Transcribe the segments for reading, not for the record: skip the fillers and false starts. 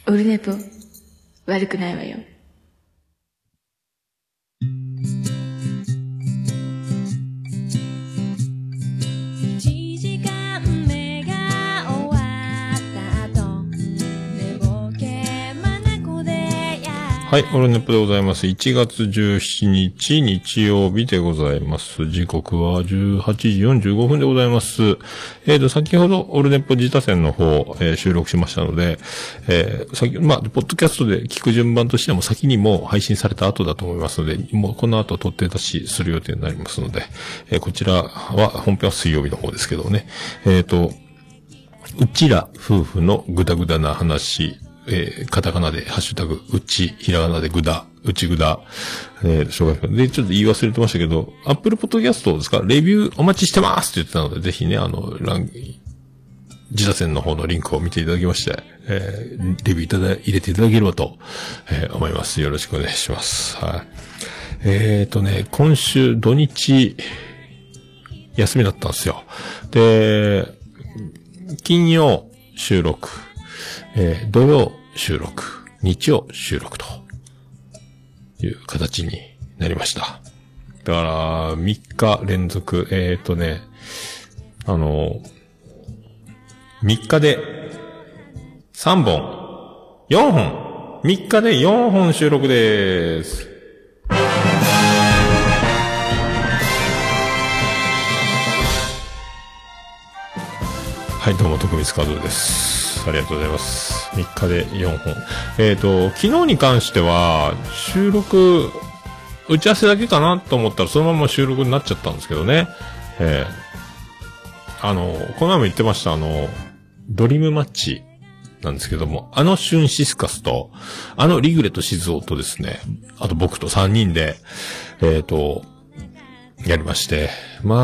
オルネポ悪くないわよ。 はい、オルネポでございます。1月17日日曜日でございます。時刻は18時45分でございます。先ほどオルネポ自他戦の方、収録しましたので、ポッドキャストで聞く順番としてはもう先にもう配信された後だと思いますので、もうこの後撮って出しする予定になりますので、こちらは、本編は水曜日の方ですけどね。うちら夫婦のぐだぐだな話、カタカナで、ハッシュタグ、うち、ひらがなでぐだ、うちぐだ、小学校で、ちょっと言い忘れてましたけど、Apple Podcast ですか、レビューお待ちしてますって言ってたので、ぜひね、自他戦の方のリンクを見ていただきまして、レビュー入れていただければと、思います。よろしくお願いします。はい。今週土日、休みだったんですよ。で、金曜収録、土曜収録、日曜収録という形になりました。だから、3日連続、3日で3本、4本、3日で4本収録です。はい、どうも、徳光和夫です。ありがとうございます。3日で4本。昨日に関しては、収録、打ち合わせだけかなと思ったら、そのまま収録になっちゃったんですけどね。この前も言ってました、ドリームマッチなんですけども、シュンシスカスと、リグレット静雄とですね、あと僕と3人で、やりまして、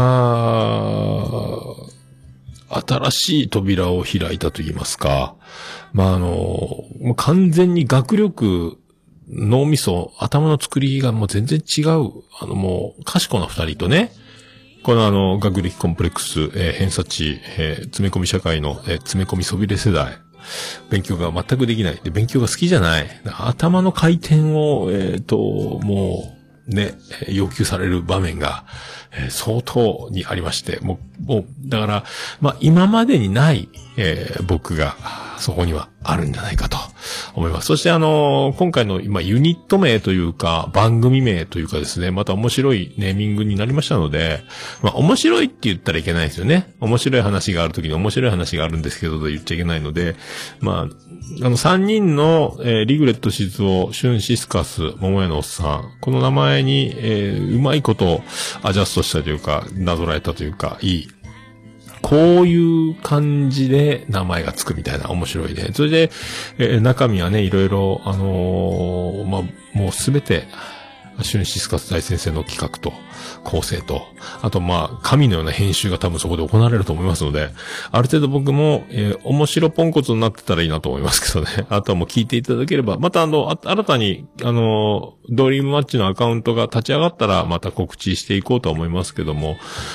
新しい扉を開いたと言いますか。もう完全に学力、脳みそ、頭の作りがもう全然違う、もう賢な二人とね、この学歴コンプレックス、偏差値、詰め込み社会の、詰め込みそびれ世代、勉強が全くできない。で、勉強が好きじゃない。頭の回転を、もう、ね、要求される場面が、相当にありまして、もう、だから、今までにない、僕が、そこにはあるんじゃないかと思います。そして今回の今ユニット名というか、番組名というかですね、また面白いネーミングになりましたので、面白いって言ったらいけないですよね。面白い話があるときに面白い話があるんですけどと言っちゃいけないので、3人の、リグレット静雄、シュンシスカス、桃屋のおっさん、この名前に、うまいことアジャストしたというか、なぞらえたというか、いい。こういう感じで名前がつくみたいな面白いね。それで、中身はね、いろいろ、もうすべて、シュンシスカス大先生の企画と、構成と、あと神のような編集が多分そこで行われると思いますので、ある程度僕も、面白ポンコツになってたらいいなと思いますけどね。あとはもう聞いていただければ、また新たに、ドリームマッチのアカウントが立ち上がったら、また告知していこうと思いますけども、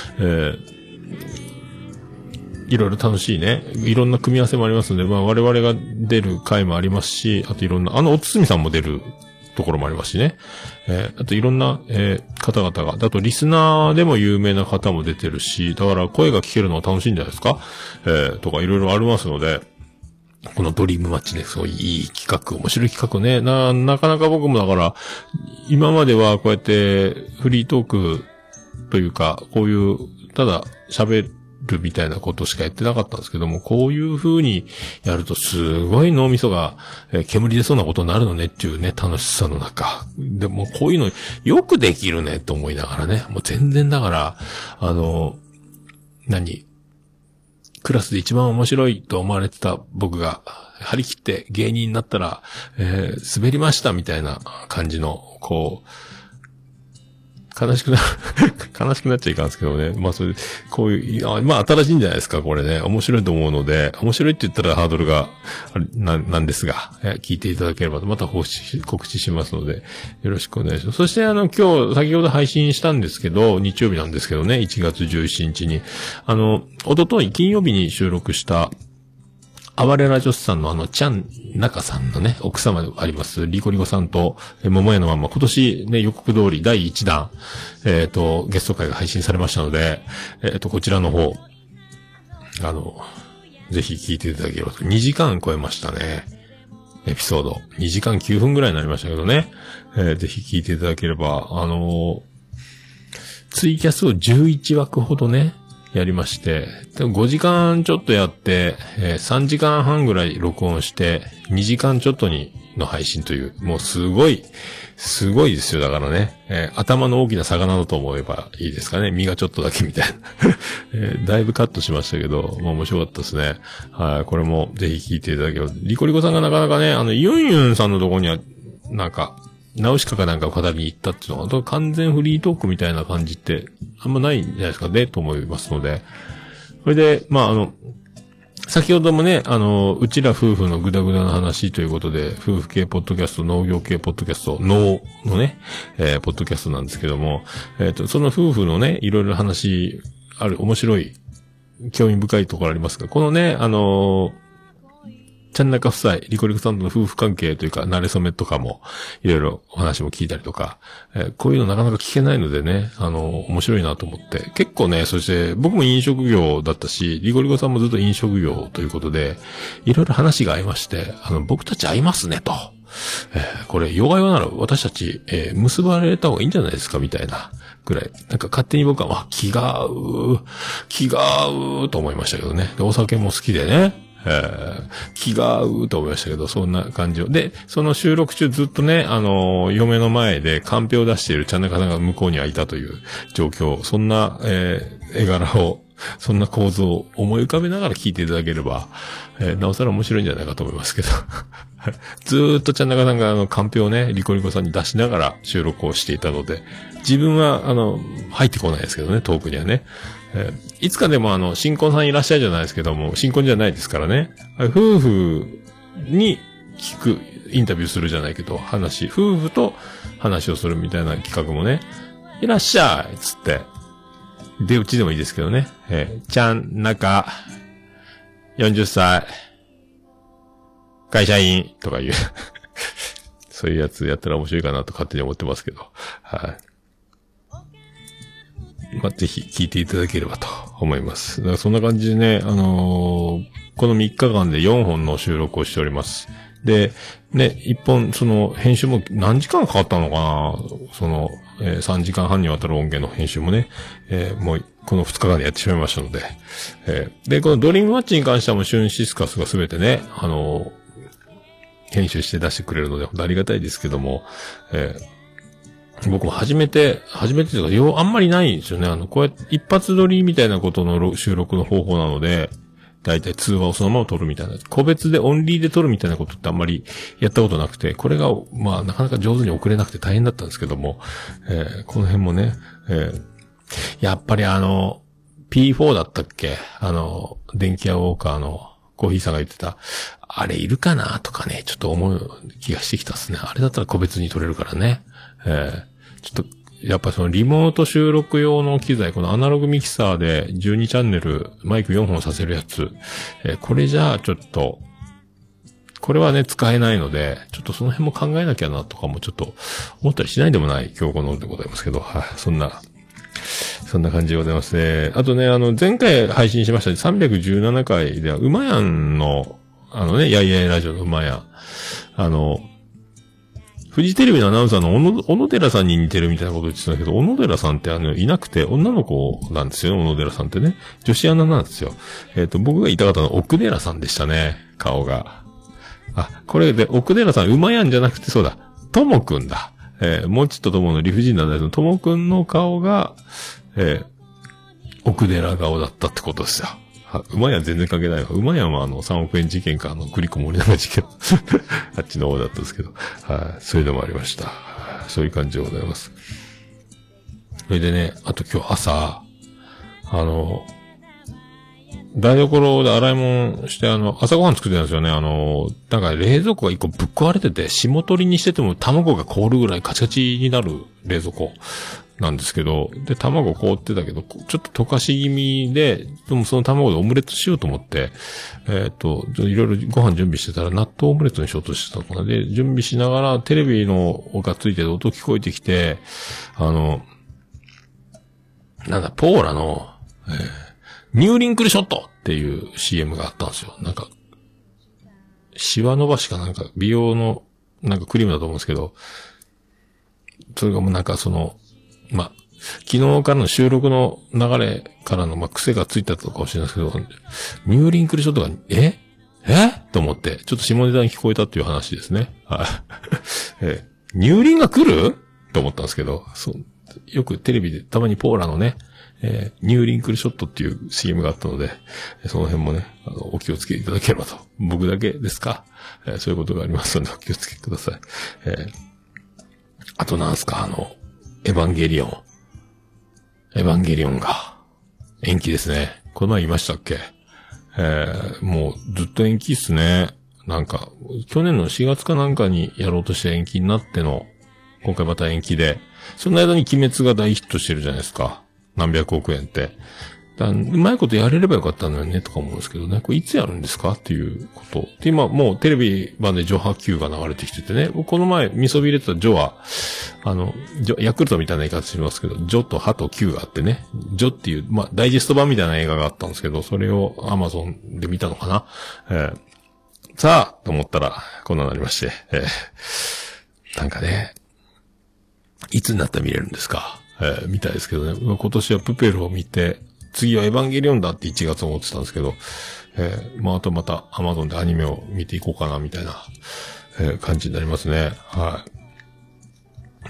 いろいろ楽しいね。いろんな組み合わせもありますので、我々が出る回もありますし、あといろんな、おつすみさんも出るところもありますしね。あといろんな、方々が、あとリスナーでも有名な方も出てるし、だから声が聞けるのは楽しいんじゃないですか。とかいろいろありますので、このドリームマッチね、すごいいい企画、面白い企画ね。なかなか僕もだから、今まではこうやってフリートークというか、こういう、ただ喋るみたいなことしかやってなかったんですけども、こういう風にやるとすごい脳みそが、煙出そうなことになるのねっていうね、楽しさの中。でもこういうのよくできるねと思いながらね、もう全然だから、クラスで一番面白いと思われてた僕が、張り切って芸人になったら、滑りましたみたいな感じの、こう、悲しくなっちゃいかんですけどね。それ、こういう、新しいんじゃないですか、これね。面白いと思うので、面白いって言ったらハードルが、なんですが、聞いていただければと、また告知しますので、よろしくお願いします。そして今日、先ほど配信したんですけど、日曜日なんですけどね、1月17日に、一昨日金曜日に収録した、 暴れラジオスさんのちゃん中さんのね、奥様であります、リコリコさんと、桃屋のまんま、今年ね、予告通り第1弾、ゲスト会が配信されましたので、こちらの方、ぜひ聞いていただければと。2時間超えましたね。エピソード。2時間9分ぐらいになりましたけどね。ぜひ聞いていただければ、ツイキャスを11枠ほどね、やりまして、でも5時間ちょっとやって、3時間半ぐらい録音して、2時間ちょっとの配信という、もうすごいですよ。だからね、頭の大きな魚だと思えばいいですかね。身がちょっとだけみたいな。だいぶカットしましたけど、まあ面白かったですね。はい、これもぜひ聞いていただければ。リコリコさんがなかなかね、ユンユンさんのところには、なんか、ナウシカかなんかを語りに行ったっていうのは、完全フリートークみたいな感じって、あんまないんじゃないですかね、と思いますので。それで、まあ先ほどもね、うちら夫婦のグダグダな話ということで、夫婦系ポッドキャスト、農業系ポッドキャスト、農のね、ポッドキャストなんですけども、その夫婦のね、いろいろ話、面白い、興味深いところありますが、このね、ちゃんなか夫妻、リコリコさんとの夫婦関係というか、慣れ初めとかも、いろいろお話も聞いたりとか、こういうのなかなか聞けないのでね、面白いなと思って。結構ね、そして僕も飲食業だったし、リコリコさんもずっと飲食業ということで、いろいろ話が合いまして、僕たち合いますねと。これ、ヨガヨガなら私たち、結ばれた方がいいんじゃないですかみたいなぐらい。なんか勝手に僕は、気が合うと思いましたけどね。で、お酒も好きでね。気が合うと思いましたけど、そんな感じを。で、その収録中ずっとね、嫁の前でカンペを出しているちゃんなかさんが向こうにはいたという状況、そんな、絵柄を、そんな構造を思い浮かべながら聞いていただければ、なおさら面白いんじゃないかと思いますけど。ずーっとちゃんなかさんがカンペをね、リコリコさんに出しながら収録をしていたので、自分は、入ってこないですけどね、トークにはね。いつかでも新婚さんいらっしゃるじゃないですけども、新婚じゃないですからね。夫婦に聞く、インタビューするじゃないけど、夫婦と話をするみたいな企画もね、いらっしゃいつって。で、うちでもいいですけどね。ちゃん、中、40歳、会社員とかいう、そういうやつやったら面白いかなと勝手に思ってますけど。はい。まあ、ぜひ聞いていただければと思います。だからそんな感じでね、この3日間で4本の収録をしております。で、ね、1本、編集も何時間かかったのかな3時間半にわたる音源の編集もね、もう、この2日間でやってしまいましたので、で、このドリームマッチに関してはもうシュンシスカスがすべてね、編集して出してくれるので、ありがたいですけども、僕も初めてというか、あんまりないんですよね。こうやって一発撮りみたいなことの収録の方法なので、だいたい通話をそのまま撮るみたいな、個別でオンリーで撮るみたいなことってあんまりやったことなくて、これが、まあ、なかなか上手に送れなくて大変だったんですけども、この辺もね、やっぱりP4 だったっけ？電気屋ウォーカーのコーヒーさんが言ってた、あれいるかなとかね、ちょっと思う気がしてきたですね。あれだったら個別に撮れるからね。ちょっと、やっぱリモート収録用の機材、このアナログミキサーで12チャンネル、マイク4本させるやつ、これじゃあちょっと、これはね、使えないので、ちょっとその辺も考えなきゃなとかもちょっと思ったりしないでもない今日このでございますけど、はい、そんな感じでございますね。あとね、前回配信しました317回では、馬やんの、やいやいラジオの馬やん、フジテレビのアナウンサーの小野寺さんに似てるみたいなこと言ってたんだけど、小野寺さんっていなくて、女の子なんですよね、小野寺さんってね。女子アナなんですよ。僕が言いたかったのは奥寺さんでしたね、顔が。あ、これで奥寺さん、馬やんじゃなくてそうだ、ともくんだ。もちとともの理不尽なんだけど、ともくんの顔が、奥寺顔だったってことですよ。馬やん全然関係ないわ。馬やんは3億円事件か、グリコ森永事件。あっちの方だったんですけど。はい、そういうのもありました。そういう感じでございます。それでね、あと今日朝、 台所で洗い物して朝ごはん作ってたんですよね。なんか冷蔵庫が一個ぶっ壊れてて、霜取りにしてても卵が凍るぐらいカチカチになる冷蔵庫なんですけど、で、卵凍ってたけど、ちょっと溶かし気味で、でもその卵でオムレツしようと思って、いろいろご飯準備してたら納豆オムレツにしようとしてたのかな。で、準備しながらテレビのがついてる音聞こえてきて、なんだ、ポーラの、ニューリンクルショットっていう CM があったんですよ。なんか、シワ伸ばしかなんか美容のなんかクリームだと思うんですけど、それがもうなんか昨日からの収録の流れからの癖がついたとかもしれないですけど、ニューリンクルショットが、と思って、ちょっと下ネタに聞こえたっていう話ですね。はい。ニューリンが来ると思ったんですけど、よくテレビでたまにポーラのね、ニューリンクルショットっていう CM があったので、その辺もね、お気をつけいただければと。僕だけですか、そういうことがありますのでお気をつけください。あとなんすか、エヴァンゲリオンが延期ですね。この前言いましたっけ？もうずっと延期っすね。なんか、去年の4月かなんかにやろうとして延期になっての、今回また延期で、その間に鬼滅が大ヒットしてるじゃないですか。何百億円って。うまいことやれればよかったのよね、とか思うんですけどね。これいつやるんですかっていうこと。で、今もうテレビ版でジョハ Q が流れてきててね。この前、味噌入れてたジョは、ヤクルトみたいな言い方しますけど、ジョとハと Q があってね。ジョっていう、ダイジェスト版みたいな映画があったんですけど、それを Amazon で見たのかな。さあ、と思ったら、こんなになりまして。なんかね、いつになったら見れるんですか。みたいですけどね。今年はプペルを見て、次はエヴァンゲリオンだって1月思ってたんですけど、あとまた Amazon でアニメを見ていこうかな、みたいな、感じになりますね。はい。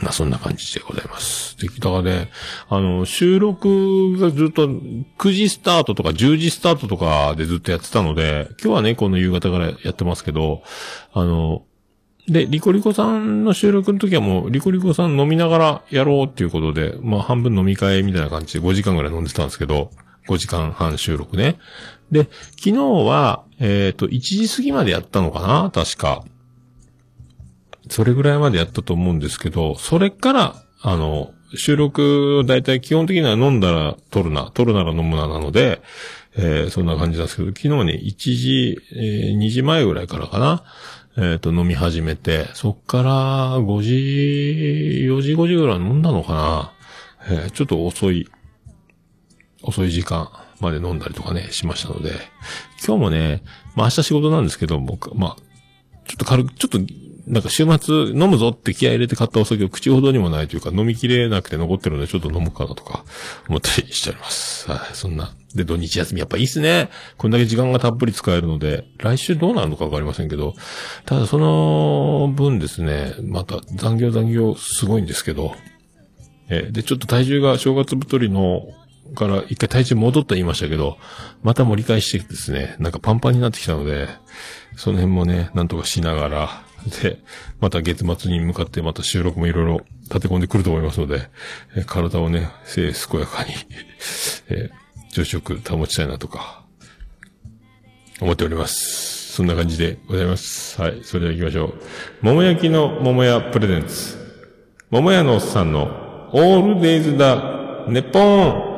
そんな感じでございます。で、だからね、収録がずっと9時スタートとか10時スタートとかでずっとやってたので、今日はね、この夕方からやってますけど、で、リコリコさんの収録の時はもう、リコリコさん飲みながらやろうっていうことで、半分飲み会みたいな感じで5時間ぐらい飲んでたんですけど、5時間半収録ね。で、昨日は、1時過ぎまでやったのかな確か。それぐらいまでやったと思うんですけど、それから、収録、だいたい基本的には飲んだら撮るなら飲むななので、そんな感じなんですけど、昨日はね、1時、2時前ぐらいからかな。飲み始めて、そっから4時5時ぐらい飲んだのかな。ちょっと遅い時間まで飲んだりとかね、しましたので、今日もね、明日仕事なんですけど、僕、ちょっとなんか週末飲むぞって気合い入れて買ったお酒を口ほどにもないというか、飲みきれなくて残ってるのでちょっと飲むかなとか思ったりしております。はい、そんな。で、土日休みやっぱいいっすね。こんだけ時間がたっぷり使えるので、来週どうなるのかわかりませんけど、ただその分ですね、また残業すごいんですけど、で、ちょっと体重が正月太りのから一回体重戻った言いましたけど、また盛り返してですね、なんかパンパンになってきたので、その辺もね、なんとかしながら、で、また月末に向かってまた収録もいろいろ立て込んでくると思いますので、体をね、健やかに、調子よく保ちたいなとか、思っております。そんな感じでございます。はい、それでは行きましょう。桃焼きの桃屋プレゼンツ。桃屋のおっさんのオールデイズだ、ネッポン。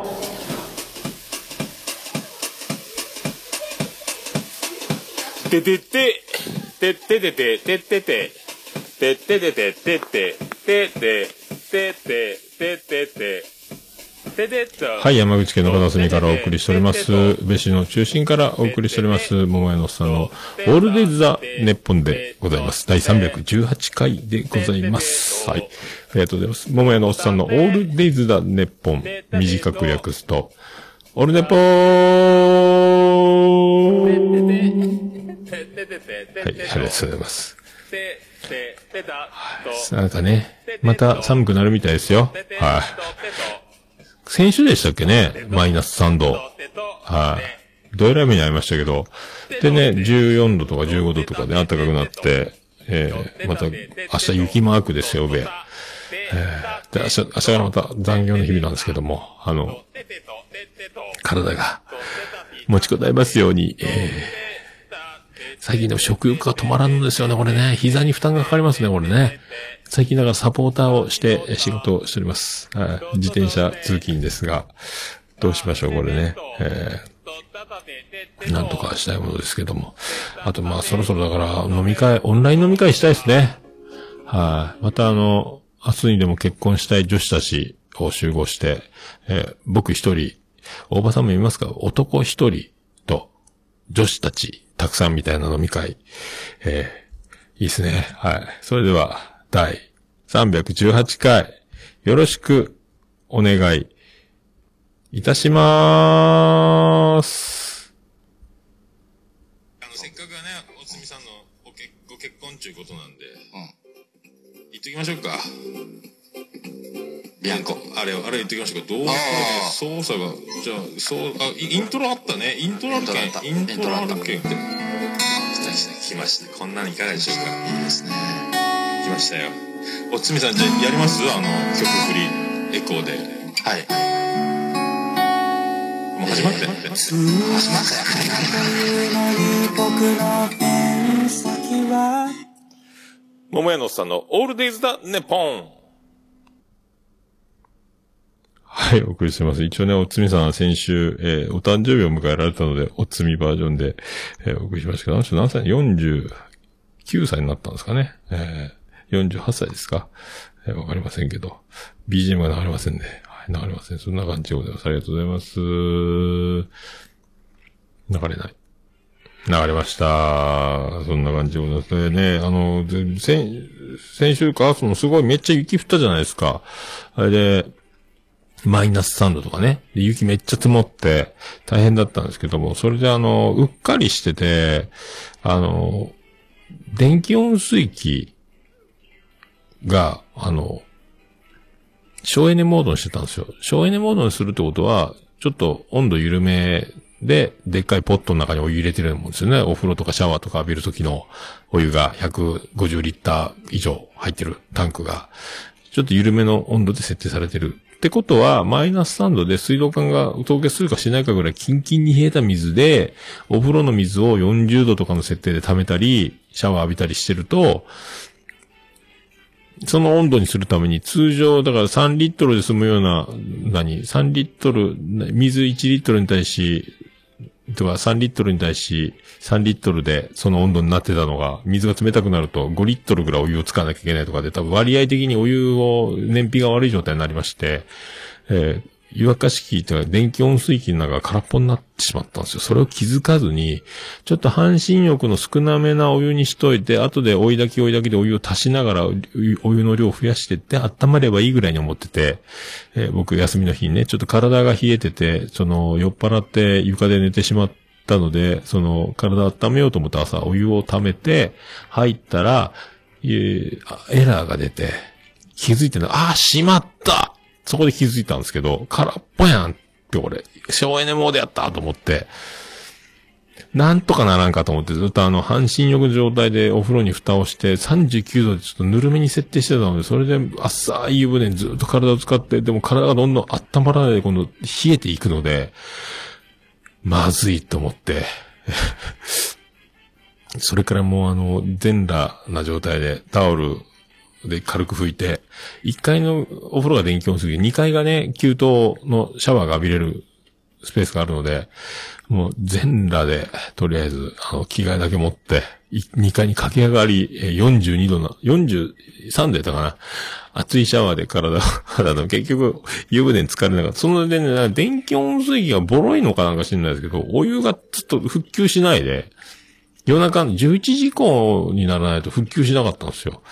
ててて、てっててて、てってて、てっててて、てって、てって、てって、てってて、はい、山口県の片隅からお送りしております。別市の中心からお送りしております。桃屋のおっさんのオールデイズ・ザ・ネッポンでございます。第318回でございます。はい。ありがとうございます。桃屋のおっさんのオールデイズ・ザ・ネッポン。短く略すと、オールネポーはい、ありがとうございます。なんかね、また寒くなるみたいですよ。はい。先週でしたっけね、マイナス3度。はい。どえらい目に遭いましたけど。でね、14度とか15度とかで暖かくなって、また、明日雪マークですよ、上。で、明日からまた残業の日々なんですけども、体が、 持ちこたえますように、最近でも食欲が止まらんのですよね、これね。膝に負担がかかりますね、これね。最近だからサポーターをして仕事をしております。はい。自転車通勤ですが、どうしましょう、これね。なんとかしたいものですけども。あと、まあ、そろそろだからオンライン飲み会したいですね。はい。また明日にでも結婚したい女子たちを集合して、僕一人、大場さんも言いますか、男一人と女子たちたくさんみたいな飲み会。いいですね。はい。それでは、第318回、よろしくお願いいたしまーす。せっかくはね、おつみさんのご結婚ということなんで、言っときましょうか。 ビアンコ。 あれ言っときましょうか。どう操作が、じゃあ、イントロあったね。イントロあるけん。イントロあるけん。来ました。こんなのいかがでしょうか。 いいですね。 来ましたよ。おつみさん、じゃあやります？曲振り、エコーで。 はい。 もう始まって。 始まったよ。 桃屋のおっさんのオールデイズだネポン。はい、お送りしてます。一応ね、おつみさんは先週、お誕生日を迎えられたので、おつみバージョンで、お送りしましたけど、何歳 ?49 歳になったんですかね。48歳ですか。わかりませんけど、BGM が流れませんね。はい、流れません。そんな感じでございます。ありがとうございます。流れない。流れました。そんな感じでございますね。先週か、すごいめっちゃ雪降ったじゃないですか。あれで、マイナス3度とかね。で雪めっちゃ積もって、大変だったんですけども、それでうっかりしてて、電気温水器が、省エネモードにしてたんですよ。省エネモードにするってことは、ちょっと温度緩めで、でっかいポットの中にお湯入れてるもんですよね。お風呂とかシャワーとか浴びるときのお湯が150リッター以上入ってるタンクが、ちょっと緩めの温度で設定されてる。ってことは、マイナス3度で水道管が凍結するかしないかぐらいキンキンに冷えた水で、お風呂の水を40度とかの設定で溜めたり、シャワー浴びたりしてると、その温度にするために通常、だから3リットルで済むような、3リットル、水1リットルに対し、とか3リットルに対し3リットルでその温度になってたのが、水が冷たくなると5リットルぐらいお湯を使わなきゃいけないとかで、多分割合的にお湯を燃費が悪い状態になりまして、湯沸かし器というか電気温水器の中が空っぽになってしまったんですよ。それを気づかずに、ちょっと半身浴の少なめなお湯にしといて、後で追い炊きでお湯を足しながらお湯の量を増やしてって温まればいいぐらいに思ってて、僕休みの日にね、ちょっと体が冷えてて、酔っ払って床で寝てしまったので、体を温めようと思って朝お湯を溜めて、入ったら、エラーが出て、気づいてしまったそこで気づいたんですけど、空っぽやんって俺、省エネモードやったと思って、なんとかならんかと思って、ずっと半身浴の状態でお風呂に蓋をして、39度でちょっとぬるめに設定してたので、それで浅い湯船にずっと体を使って、でも体がどんどん温まらないで今度冷えていくので、まずいと思って、それからもう全裸な状態でタオル、で軽く拭いて、1階のお風呂が電気温水器、2階がね、給湯のシャワーが浴びれるスペースがあるので、もう全裸で、とりあえず、着替えだけ持って、2階に駆け上がり、42度の、43度やったかな。熱いシャワーで体を、結局、湯船に浸かれなかった。そのでね、電気温水器がボロいのかなんか知んないですけど、お湯がちょっと復旧しないで、夜中の11時以降にならないと復旧しなかったんですよ。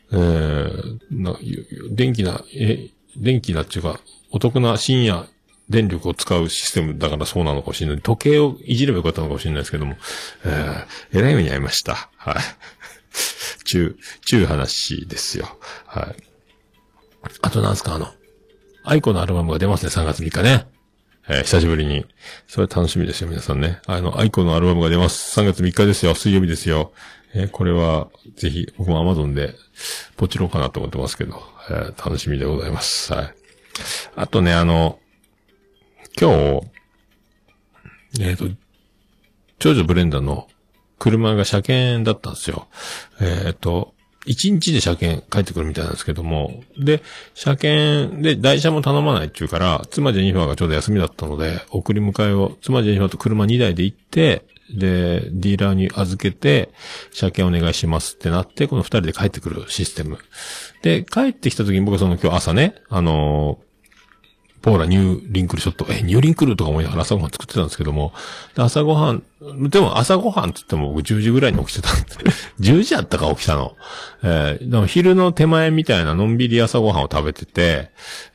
電気なっていうか、お得な深夜電力を使うシステムだからそうなのかもしれない。時計をいじればよかったのかもしれないですけども、えらい目に遭いました。はい。ちゅう話ですよ。はい。あとなんすか、アイコのアルバムが出ますね、3月3日ね。久しぶりに。それ楽しみですよ、皆さんね。アイコのアルバムが出ます。3月3日ですよ、水曜日ですよ。これは、ぜひ、僕も Amazon で、ポチろうかなと思ってますけど、楽しみでございます。はい。あとね、今日、 長女ブレンダーの車が車検だったんですよ。1日で車検帰ってくるみたいなんですけども、で、車検で台車も頼まないって言うから、妻ジェニファーがちょうど休みだったので、送り迎えを、妻ジェニファーと車2台で行って、で、ディーラーに預けて、車検お願いしますってなって、この2人で帰ってくるシステム。で、帰ってきた時に僕はその今日朝ね、ポーラニューリンクルショット、ニューリンクルとか思いながら朝ごはん作ってたんですけども、で朝ごはん、でも朝ごはんって言っても僕10時ぐらいに起きてたんで、10時やったか起きたの。でも昼の手前みたいなのんびり朝ごはんを食べてて、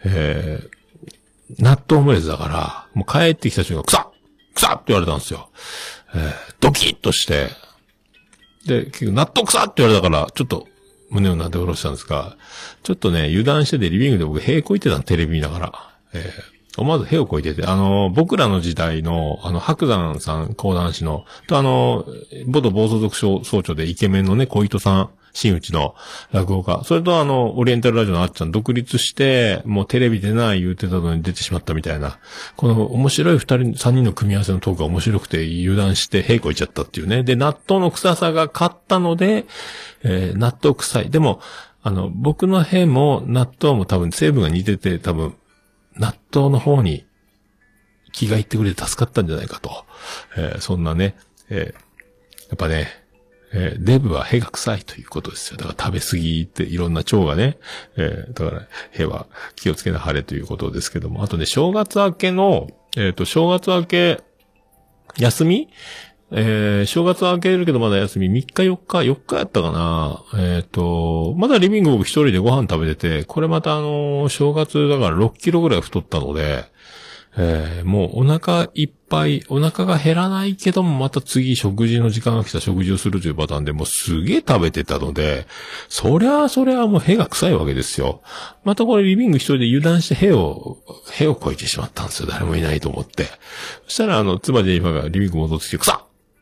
納豆オムレツだから、もう帰ってきた瞬間、くさって言われたんですよ。ドキッとして、で、結局納豆くさって言われたから、ちょっと胸をなで下ろしたんですが、ちょっとね、油断しててリビングで僕屁こいてたの、テレビ見ながら。思わず屁をこいてて、僕らの時代の、白山さん、講談師の、と元暴走族総長でイケメンのね、小糸さん、新内の落語家。それとオリエンタルラジオのあっちゃん独立して、もうテレビ出ない言うてたのに出てしまったみたいな。この面白い3人の組み合わせのトークが面白くて油断して屁こいちゃったっていうね。で、納豆の臭さが勝ったので、納豆臭い。でも、僕の屁も納豆も多分成分が似てて、多分、納豆の方に気がいってくれて助かったんじゃないかと。そんなね、やっぱね、デブは屁が臭いということですよ。だから食べ過ぎっていろんな腸がね、だから屁は気をつけなはれということですけども。あとね、正月明けの、正月明け、休み正月明けるけどまだ休み3日4日やったかな。まだリビング僕一人でご飯食べてて、これまた正月だから6キロぐらい太ったので、もうお腹いっぱい、お腹が減らないけどもまた次食事の時間が来た食事をするというパターンでもうすげえ食べてたので、そりゃもう屁が臭いわけですよ。またこれリビング一人で油断して屁をこいてしまったんですよ。誰もいないと思って。そしたら妻ジェニファーがリビング戻ってきて、臭っ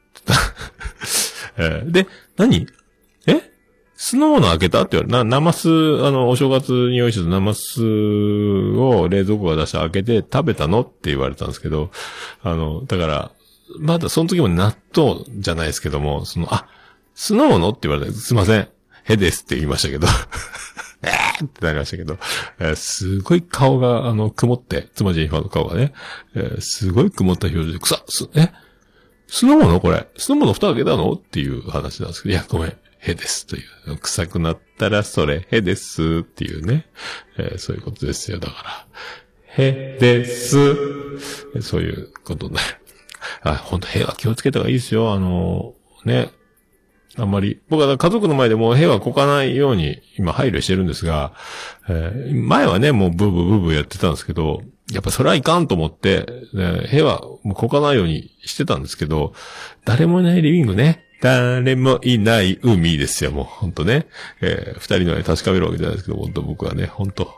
で、何酢の物開けたって言われ、生酢、お正月に用意してた生酢を冷蔵庫が出して開けて食べたのって言われたんですけど、だから、まだその時も納豆じゃないですけども、酢の物って言われたすいません、へですって言いましたけど、ってなりましたけど、すごい顔が、曇って、妻ジェニファーの顔がね、すごい曇った表情で、酢の物これ。酢の物蓋開けたのっていう話なんですけど、いや、ごめん。へですという。臭くなったらそれ、へですっていうね。そういうことですよ。だから。へです。そういうことね。ほんと、へは気をつけた方がいいですよ。ね。あんまり、僕は家族の前でもうへはこかないように今配慮してるんですが、前はね、もうブーブーやってたんですけど、やっぱそれはいかんと思って、へはもうこかないようにしてたんですけど、誰もいないリビングね。誰もいない海ですよ、もう、ほんとね。二人のね、確かめるわけじゃないですけど、ほんと僕はね、ほんと、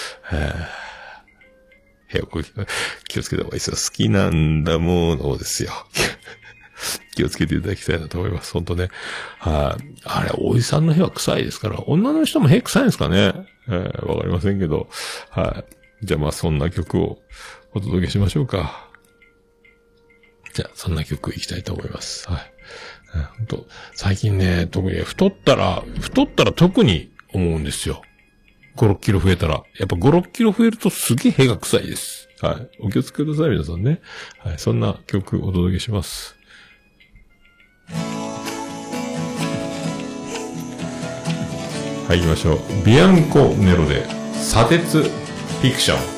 へを気をつけた方がいいですよ。好きなんだものですよ。気をつけていただきたいなと思います。ほんとね。あれ、おじさんのへは臭いですから、女の人もへ臭いんですかね。わかりませんけど。じゃあまあそんな曲をお届けしましょうか。じゃあそんな曲いきたいと思います。本当最近ね、特に太ったら特に思うんですよ。5、6キロ増えたら。やっぱ5、6キロ増えるとすげえ屁が臭いです。お気をつけください、皆さんね。そんな曲お届けします。行きましょう。ビアンコネロで、砂鉄フィクション。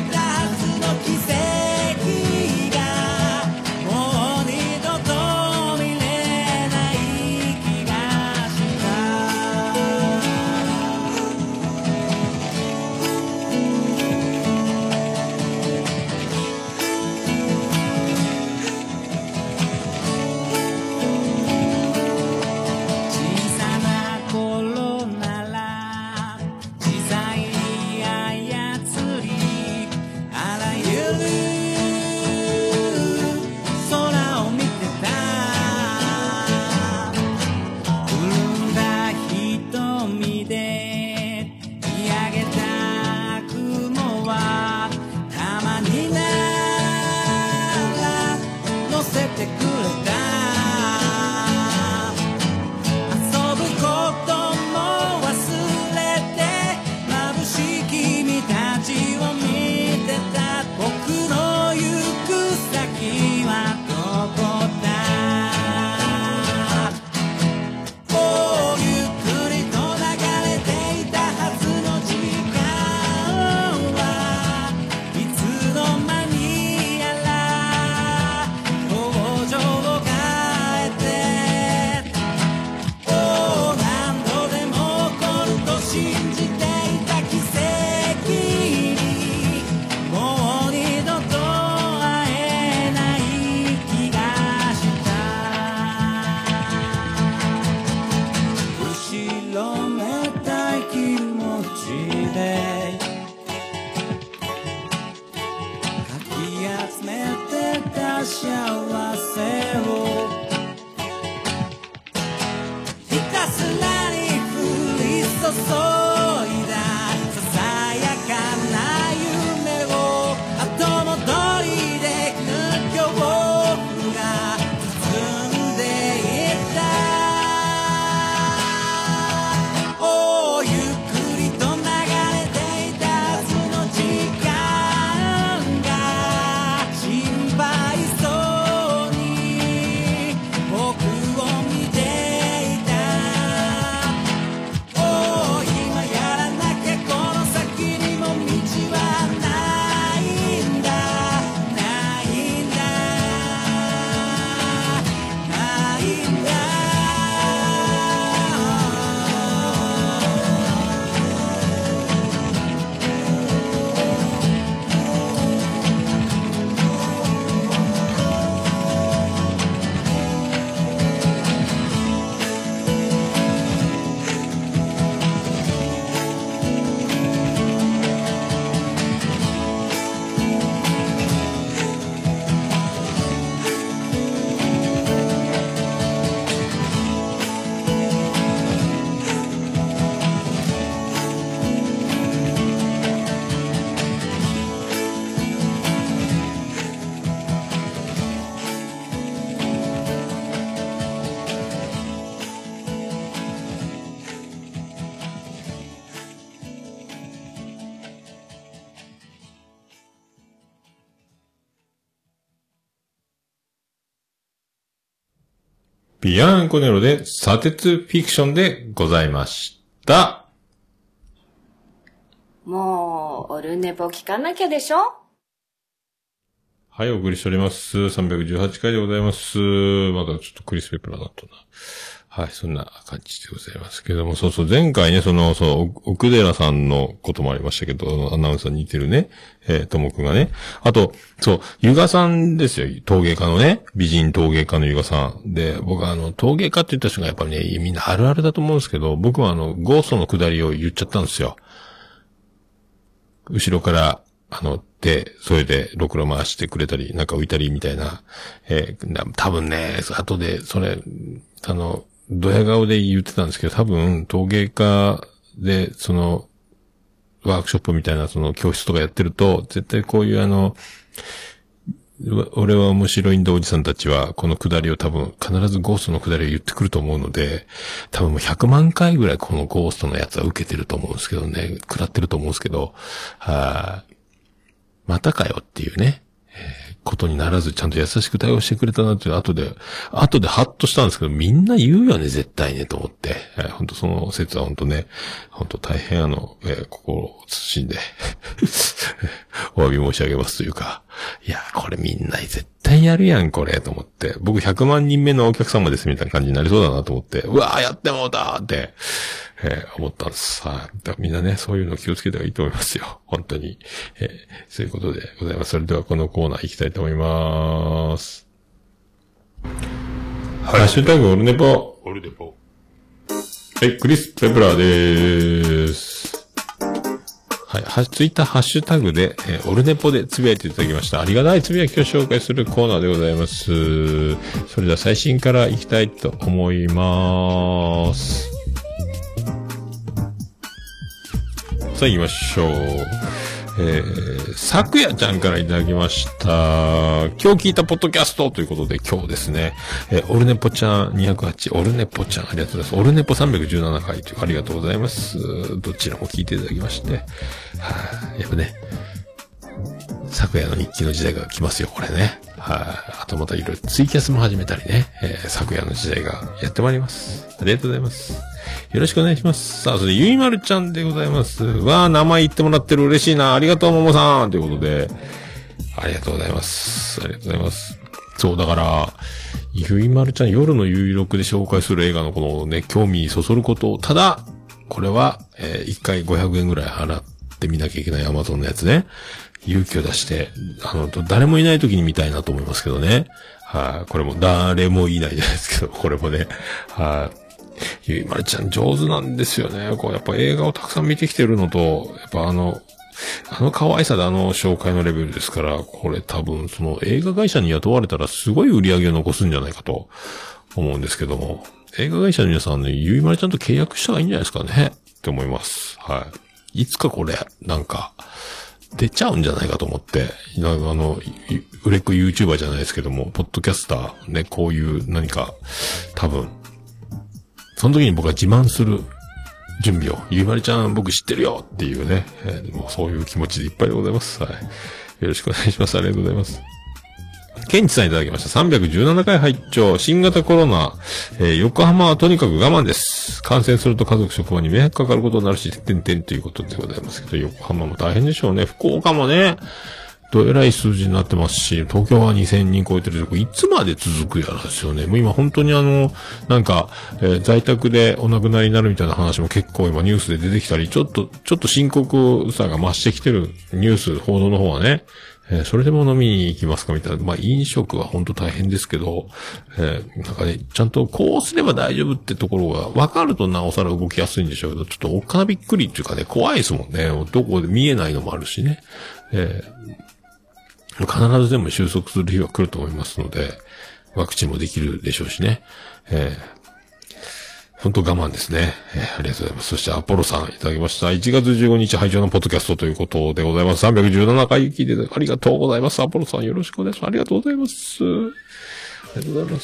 もう二度といだささやかな夢を後戻りでく恐怖が包んでいた。おゆっくりと流れていたその時間が心配そうに僕を見ていた。お今やらなきゃこの先にも道はないんだないんだないんだ。 ビアンコネロで砂鉄フィクションでございました。 もう、オルネポ聞かなきゃでしょ？ はい、お送りしております。318回でございます。まだちょっとクリス・ペプラーだったな。はい、そんな感じでございますけども、そうそう、前回ね、奥寺さんのこともありましたけど、アナウンサーに似てるね、ともくんがね。あと、そう、ゆがさんですよ、陶芸家のね、美人陶芸家のゆがさん。で、僕は陶芸家って言った人がやっぱりね、みんなあるあるだと思うんですけど、僕はゴーストの下りを言っちゃったんですよ。後ろから、それで、ろくろ回してくれたり、なんか浮いたりみたいな、多分ね、後で、ドヤ顔で言ってたんですけど、多分、陶芸家で、ワークショップみたいな、教室とかやってると、絶対こういう俺は面白いんだおじさんたちは、このくだりを多分、必ずゴーストのくだりを言ってくると思うので、多分もう100万回ぐらいこのゴーストのやつは受けてると思うんですけどね、食らってると思うんですけど、またかよっていうね、ことにならずちゃんと優しく対応してくれたなっていう後でハッとしたんですけど、みんな言うよね、絶対ね、と思って。本当その説は本当ね、本当大変心を慎んで、お詫び申し上げますというか、いや、これみんな絶対やるやん、これ、と思って。僕100万人目のお客様です、みたいな感じになりそうだなと思って、うわー、やってもうたーって、思ったんです。はい。だからみんなね、そういうの気をつけた方がいいと思いますよ。本当に。そういうことでございます。それではこのコーナー行きたいと思います。ハッシュタグオルネポ。オルネポ。はい、クリス・ペプラーでーす。はい、ツイッターハッシュタグで、オルネポでつぶやいていただきました。ありがたいつぶやきを紹介するコーナーでございます。それでは最新から行きたいと思います。さあ行きましょう。昨夜ちゃんからいただきました。今日聞いたポッドキャストということで今日ですね、オルネポちゃん208、オルネポちゃんありがとうございます。オルネポ317回というありがとうございます。どちらも聞いていただきまして。やっぱね、昨夜の日記の時代が来ますよ、これね。あとまたいろいろツイキャスも始めたりね、昨夜の時代がやってまいります。ありがとうございます。よろしくお願いします。さあ、それでゆいまるちゃんでございます。わー、名前言ってもらってる嬉しいな。ありがとう、ももさんということで、ありがとうございます。ありがとうございます。そう、だから、ゆいまるちゃん夜の有力で紹介する映画のこのね、興味そそることを、ただ、これは、1回500円ぐらい払ってみなきゃいけない Amazon のやつね。勇気を出して、誰もいない時に見たいなと思いますけどね。これも誰もいないじゃないですけど、これもね。ゆいまるちゃん上手なんですよね。こうやっぱ映画をたくさん見てきてるのと、やっぱ可愛さで紹介のレベルですから、これ多分その映画会社に雇われたらすごい売り上げを残すんじゃないかと思うんですけども、映画会社の皆さんね、ゆいまるちゃんと契約した方がいいんじゃないですかね。 って思います。はい。いつかこれ、なんか、出ちゃうんじゃないかと思って、売れっ子 YouTuber じゃないですけども、ポッドキャスターね、こういう何か、多分、その時に僕は自慢する準備を、ゆいまりちゃん僕知ってるよっていうね、もうそういう気持ちでいっぱいでございます。はい。よろしくお願いします。ありがとうございます。ケンチさんいただきました。317回拝聴。新型コロナ、横浜はとにかく我慢です。感染すると家族職場に迷惑かかることになるし、ということでございますけど、横浜も大変でしょうね。福岡もね、どえらい数字になってますし、東京は2000人超えてるとこいつまで続くやらですよね。もう今本当になんか、在宅でお亡くなりになるみたいな話も結構今ニュースで出てきたり、ちょっと深刻さが増してきてるニュース、報道の方はね、それでも飲みに行きますかみたいな。まあ、飲食は本当大変ですけど、なんかね、ちゃんとこうすれば大丈夫ってところが分かるとなおさら動きやすいんでしょうけど、ちょっとおっかなびっくりっていうかね、怖いですもんね。どこで見えないのもあるしね。必ず全部収束する日は来ると思いますので、ワクチンもできるでしょうしね。本当我慢ですね。ありがとうございます。そしてアポロさんいただきました。1月15日拝聴のポッドキャストということでございます。317回聞いてありがとうございます。アポロさんよろしくお願いします。ありがとうございます。ありがとうございます。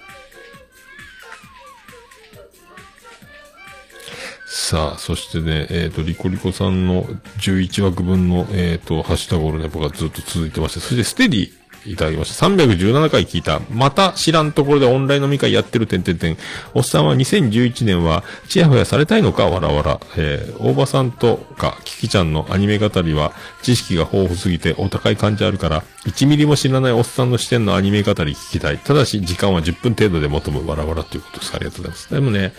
さあ、そしてね、リコリコさんの11枠分の、ハッシュタグオルネポがずっと続いてまして、そしてステディいただきました。317回聞いた。また知らんところでオンライン飲み会やってる。おっさんは2011年はチヤホヤされたいのかわらわら。大場さんとかキキちゃんのアニメ語りは知識が豊富すぎてお高い感じあるから、1ミリも知らないおっさんの視点のアニメ語り聞きたい。ただし時間は10分程度で求む。わらわらということです。ありがとうございます。でもね、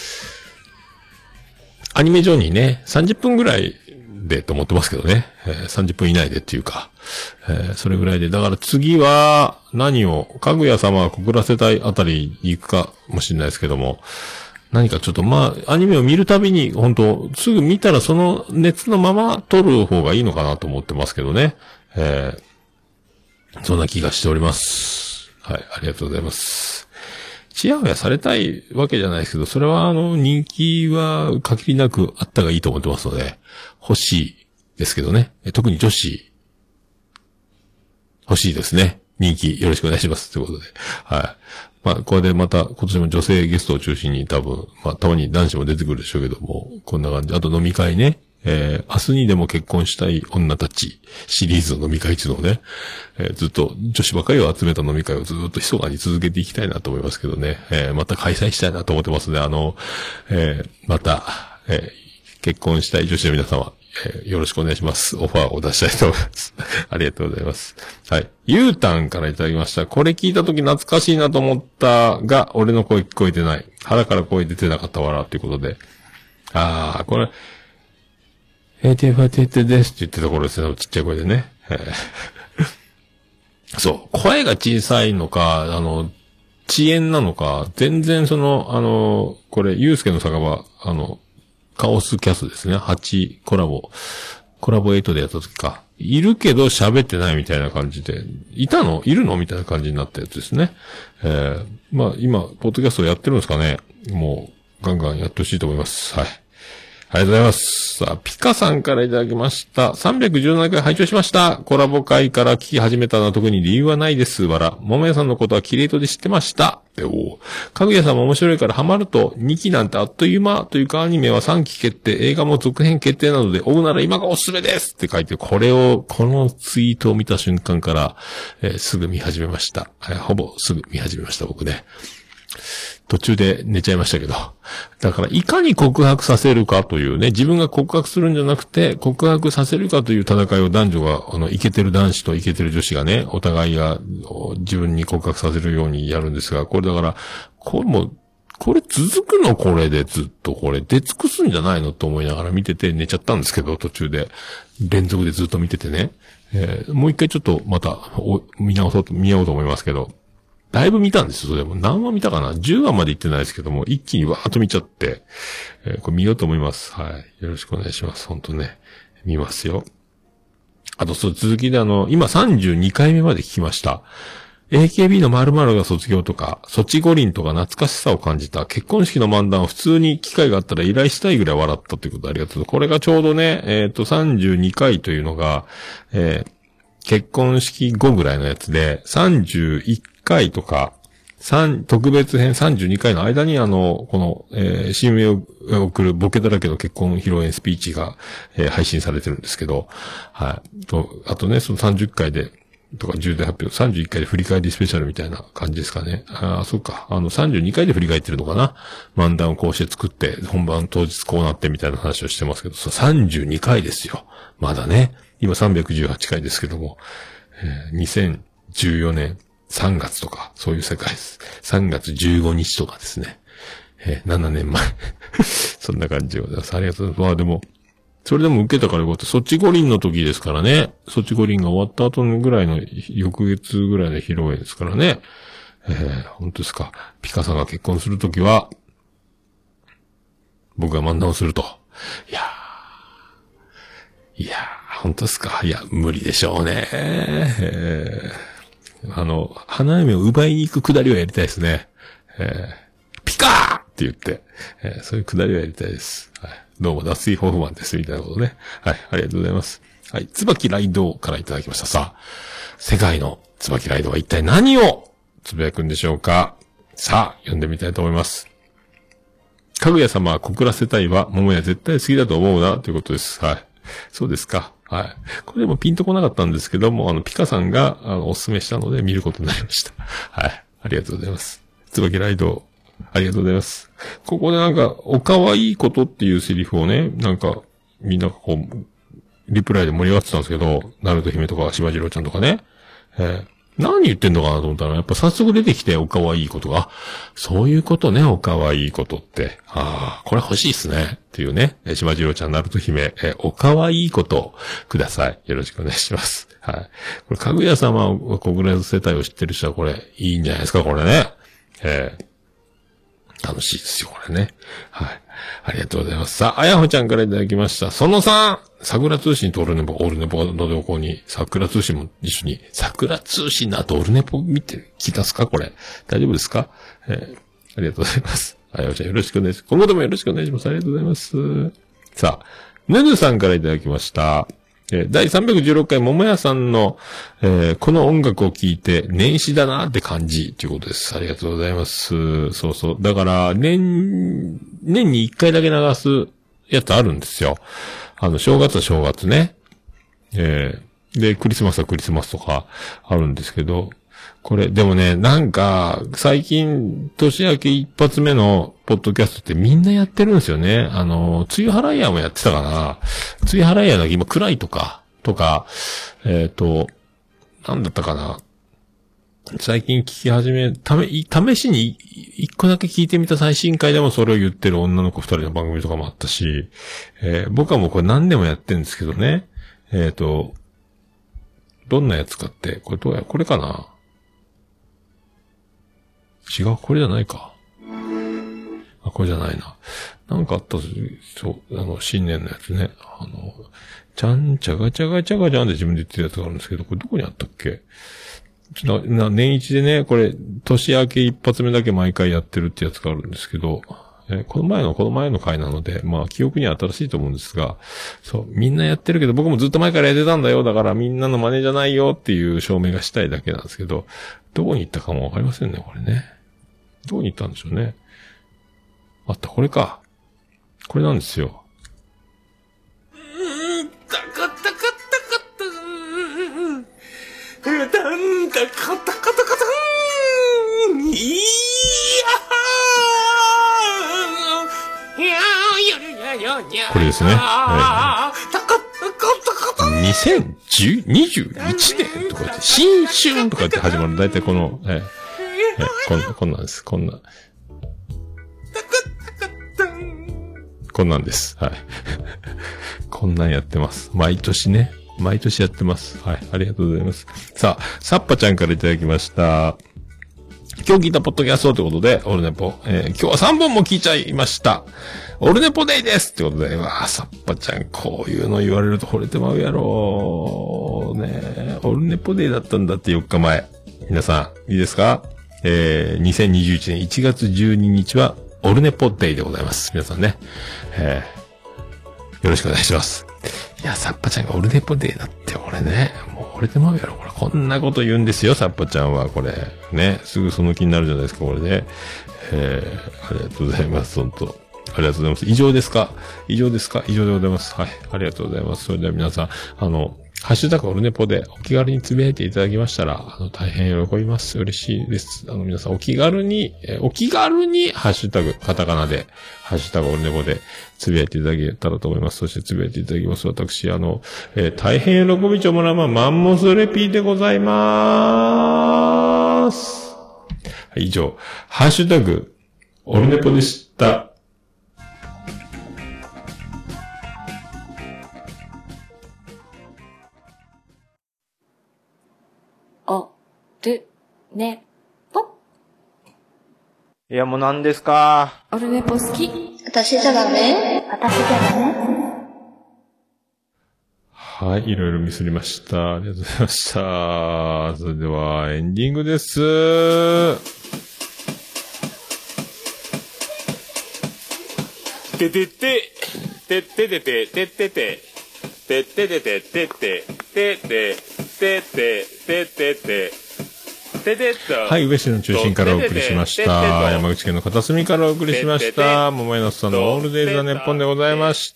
アニメ上にね、30分ぐらいでと思ってますけどね。30分以内でっていうか、それぐらいで。だから次は何を、かぐや様は告らせたいあたりに行くかもしれないですけども、何かちょっとアニメを見るたびに、本当すぐ見たらその熱のまま撮る方がいいのかなと思ってますけどね。そんな気がしております。はい、ありがとうございます。チヤホヤされたいわけじゃないですけど、それは人気は限りなくあったがいいと思ってますので、欲しいですけどね。特に女子、欲しいですね。人気よろしくお願いします。ということで。はい。まあ、これでまた今年も女性ゲストを中心に多分、まあ、たまに男子も出てくるでしょうけども、こんな感じ。あと飲み会ね。明日にでも結婚したい女たちシリーズの飲み会っていうのをね、ずっと女子ばかりを集めた飲み会をずっと密かに続けていきたいなと思いますけどね、また開催したいなと思ってますね。また、結婚したい女子の皆様、よろしくお願いします。オファーを出したいと思います。ありがとうございます。はい。ゆうたんからいただきました。これ聞いたとき懐かしいなと思ったが、俺の声聞こえてない。腹から声出てなかったわら、ということで。これ、ATF ですって言ってた頃ですね、ちっちゃい声でね。そう、声が小さいのか、遅延なのか、全然これ、ゆうすけの酒場、カオスキャスですね、8コラボ8でやった時か。いるけど喋ってないみたいな感じで、いるのみたいな感じになったやつですね。まあ、今、ポッドキャストやってるんですかね。もう、ガンガンやってほしいと思います。はい。ありがとうございます。さあ、ピカさんからいただきました。317回拝聴しました。コラボ会から聞き始めたのは特に理由はないです。わら。桃屋さんのことはキレイトで知ってました。かぐやさんも面白いからハマると、2期なんてあっという間というかアニメは3期決定、映画も続編決定なので、追うなら今がおすすめですって書いて、このツイートを見た瞬間から、すぐ見始めました。ほぼすぐ見始めました、僕ね。途中で寝ちゃいましたけど。だから、いかに告白させるかというね、自分が告白するんじゃなくて、告白させるかという戦いを男女が、イケてる男子とイケてる女子がね、お互いが自分に告白させるようにやるんですが、これだから、これ続くのこれでずっとこれ出尽くすんじゃないのと思いながら見てて寝ちゃったんですけど、途中で。連続でずっと見ててね。もう一回ちょっとまた、見ようと思いますけど、だいぶ見たんですよ、それも。何話見たかな ?10 話まで行ってないですけども、一気にわーっと見ちゃって、これ見ようと思います。はい。よろしくお願いします。ほんとね。見ますよ。あと、続きで今32回目まで聞きました。 AKB の〇〇が卒業とか、ソチ五輪とか懐かしさを感じた。結婚式の漫談を普通に機会があったら依頼したいぐらい笑ったということでありがとう。これがちょうどね、32回というのが、結婚式後ぐらいのやつで、31回とか、特別編32回の間にこの、新名を送るボケだらけの結婚披露宴スピーチが、配信されてるんですけど、はい。あとね、その30回で、とか重大発表、31回で振り返りスペシャルみたいな感じですかね。そうか。32回で振り返ってるのかな。漫談をこうして作って、本番当日こうなってみたいな話をしてますけど、32回ですよ。まだね。今318回ですけども、2014年3月とか、そういう世界です。3月15日とかですね。7年前。そんな感じでございます。ありがとうございます。まあでも、それでも受けたからよかった。ソチ五輪の時ですからね。ソチ五輪が終わった後のぐらいの、翌月ぐらいの披露宴ですからね。本当ですか。ピカさんが結婚するときは、僕が漫談をすると。いや本当ですか。いや、無理でしょうね。花嫁を奪いに行くくだりはやりたいですね。ピカーって言って、そういうくだりはやりたいです。はい。どうも、脱衣ホフマンです、みたいなことね。はい、ありがとうございます。はい、椿ライドからいただきました。さあ、世界の椿ライドは一体何をつぶやくんでしょうか。さあ、読んでみたいと思います。かぐや様は告らせたいは、桃屋絶対好きだと思うな、ということです。はい。そうですか。はい。これでもピンとこなかったんですけども、ピカさんが、おすすめしたので見ることになりました。はい。ありがとうございます。椿ライド、ありがとうございます。ここでなんか、おかわいいことっていうセリフをね、なんか、みんなこう、リプライで盛り上がってたんですけど、ナルト姫とか、しばじろうちゃんとかね。何言ってんのかなと思ったら、やっぱ早速出てきて、おかわいいことが、そういうことね、おかわいいことって。これ欲しいっすね。っていうね。しばじろうちゃん、ナルト姫、おかわいいことください。よろしくお願いします。はい。これ、かぐや様を国連世帯を知ってる人はこれ、いいんじゃないですか、これね。楽しいですよ、これね。はい。ありがとうございます。さあ、あやほちゃんからいただきました。その3、桜通信とオルネポの動向に、桜通信も一緒に、桜通信の後オルネポ見て、聞いたっすかこれ。大丈夫ですかありがとうございます。あやほちゃんよろしくお願いします。今後ともよろしくお願いします。ありがとうございます。さあ、ぬぬさんからいただきました。第316回桃屋さんの、この音楽を聴いて年始だなって感じということです。ありがとうございます。そうそう。だから、年に1回だけ流すやつあるんですよ。正月は正月ね。で、クリスマスはクリスマスとかあるんですけど、これ、でもね、なんか、最近、年明け一発目のポッドキャストってみんなやってるんですよね。梅雨払い屋もやってたかな。梅雨払い屋だけ今暗いとか、なんだったかな。最近聞き始め、試しに一個だけ聞いてみた最新回でもそれを言ってる女の子二人の番組とかもあったし、僕はもうこれ何でもやってるんですけどね。どんなやつかって、これかな。違う、これじゃないか。これじゃないな。なんかあったそう、新年のやつね。ちゃんちゃがちゃがちゃがちゃんって自分で言ってるやつがあるんですけど、これどこにあったっけ？年一でね、これ、年明け一発目だけ毎回やってるってやつがあるんですけど、この前の回なので、まあ、記憶には新しいと思うんですが、そう、みんなやってるけど、僕もずっと前からやってたんだよ。だからみんなの真似じゃないよっていう証明がしたいだけなんですけど、どこに行ったかもわかりませんね、これね。どこに行ったんでしょうね。あった、これか。これなんですよ。 タカタカタカタタンタカタカタカタンいやこれですね。2021年とか言って、新春とかって始まる。だいたいこの、こんなんです。こんなんです。はい。こんなんやってます。毎年やってます。はい。ありがとうございます。さあ、サッパちゃんからいただきました。今日聞いたポッドキャストということで、オルネポ、今日は3本も聞いちゃいました。オルネポデイですってことで、サッパちゃん、こういうの言われると惚れてまうやろね。オルネポデイだったんだって4日前。 皆さん、いいですか？2021年1月12日は、オルネポデイでございます。皆さんね。よろしくお願いします。いや、サッパちゃんがオルネポデイだって、俺ね。もう俺でもやろ、これ。こんなこと言うんですよ、サッパちゃんは、これ。ね。すぐその気になるじゃないですか、これね。ありがとうございます、本当。ありがとうございます。以上ですか？以上でございます。はい。ありがとうございます。それでは皆さん、ハッシュタグオルネポでお気軽につぶやいていただきましたら、大変喜びます。嬉しいです。皆さんお気軽に、ハッシュタグ、カタカナで、ハッシュタグオルネポでつぶやいていただけたらと思います。そしてつぶやいていただきます。私、大変喜びちょもらま、マンモスレピーでございます。はい、以上、ハッシュタグ、オルネポでした。 ね、ぽいや、もう何ですか？ オルネポ好き。 私じゃダメ？ はい、いろいろミスりました。ありがとうございました。それでは、エンディングです。 ててて、てててて、ててて、てててて、ててて、ててて、ててて、 はい、宇部市の中心からお送りしました。山口県の片隅からお送りしました。桃屋のさんのオールデイズ・ザ・ネッポンでございました。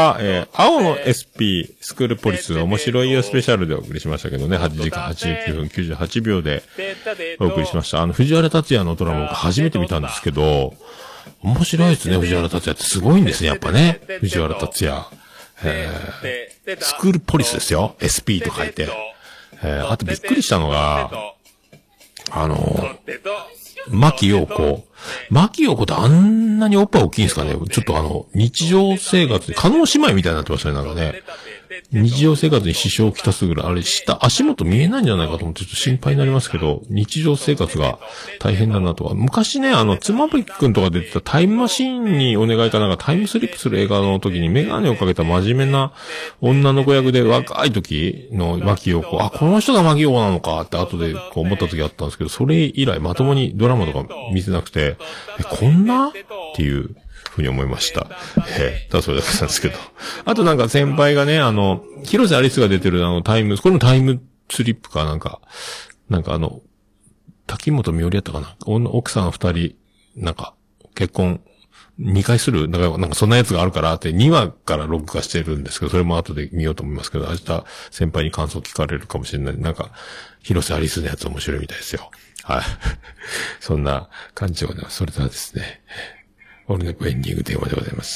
青の SP、スクールポリス面白いよスペシャルでお送りしましたけどね、8時間89分98秒でお送りしました。藤原竜也のドラマを初めて見たんですけど、面白いですね、藤原竜也ってすごいんですね、やっぱね。藤原竜也。スクールポリスですよ。SP と書いて。あとびっくりしたのが、牧陽子。牧陽子ってあんなにおっぱい大きいんですかね？ちょっと日常生活で、叶姉妹みたいになってましたね、なんかね。日常生活に支障をきたすぐらい、あれ、足元見えないんじゃないかと思ってちょっと心配になりますけど、日常生活が大変だなとは。昔ね、妻夫木くんとか出てたタイムマシーンにお願いかなんかタイムスリップする映画の時にメガネをかけた真面目な女の子役で若い時の牧陽子、あ、この人が牧陽子なのかって後でこう思った時あったんですけど、それ以来まともにドラマとか見せなくて、こんなっていうふうに思いました。ただそれだけなんですけど。あとなんか先輩がね、広瀬アリスが出てるこれもタイムスリップか滝本美織やったかな。奥さん二人、なんか、結婚2回するなんかそんなやつがあるからって2話から録画してるんですけど、それも後で見ようと思いますけど、明日先輩に感想聞かれるかもしれない。なんか、広瀬アリスのやつ面白いみたいですよ。はい。そんな感じでございます。それではですね、オルネポエンディングテーマでございます。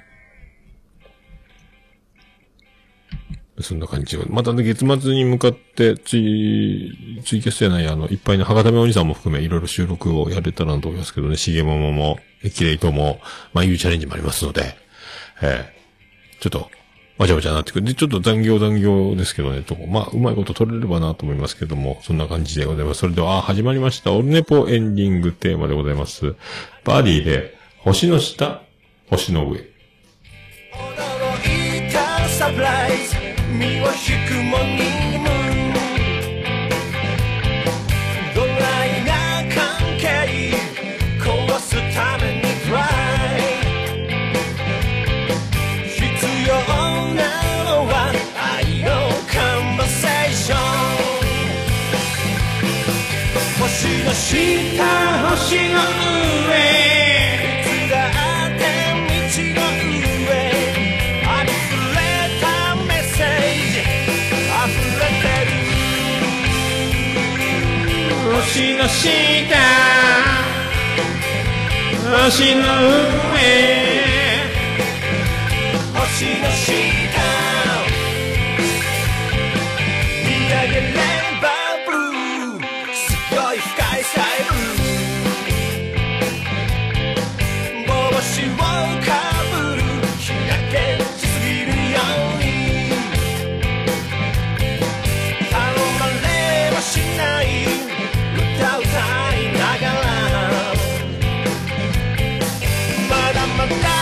そんな感じで。またね、月末に向かって、ツイキャスじゃない、いっぱいの博多めおじさんも含め、いろいろ収録をやれたらなと思いますけどね、しげももも、キレイとも、まあ、いうチャレンジもありますので、ちょっと、わちゃわちゃなってくる。で、ちょっと残業ですけどね、まあ、うまいこと取れればなと思いますけども、そんな感じでございます。それでは、始まりました。オルネポエンディングテーマでございます。バディで、星の下、星の上。 驚いたサプライズ身を引くもにもドライな関係壊すためにトライ必要なのは愛のカンバセーション星の下星の上星の下星の上星の下見上げればブルーすごい深いスカイブルー帽子をかぶる日焼けしすぎるように頼まれはしない歌いながらまだまだ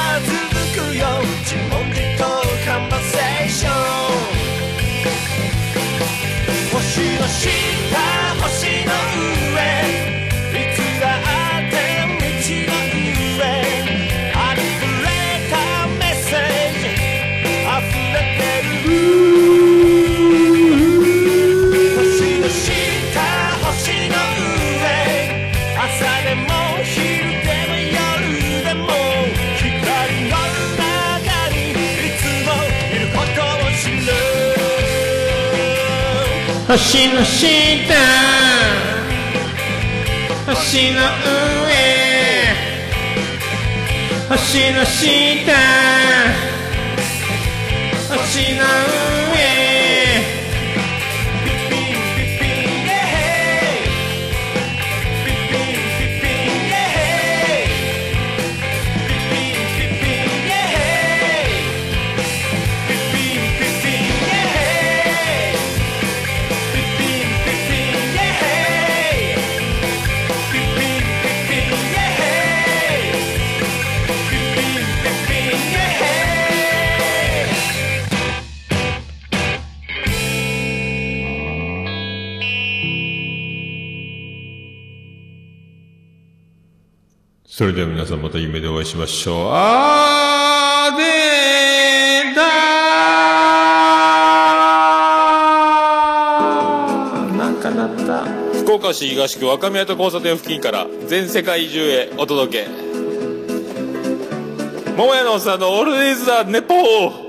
星の下星の上星の下星の上それでは皆さんまた夢でお会いしましょう。あーでーだーなんかなった。 福岡市東区若宮と交差点付近から全世界中へお届け。桃屋のおっさんのオールディーズ・ザ・ネポー。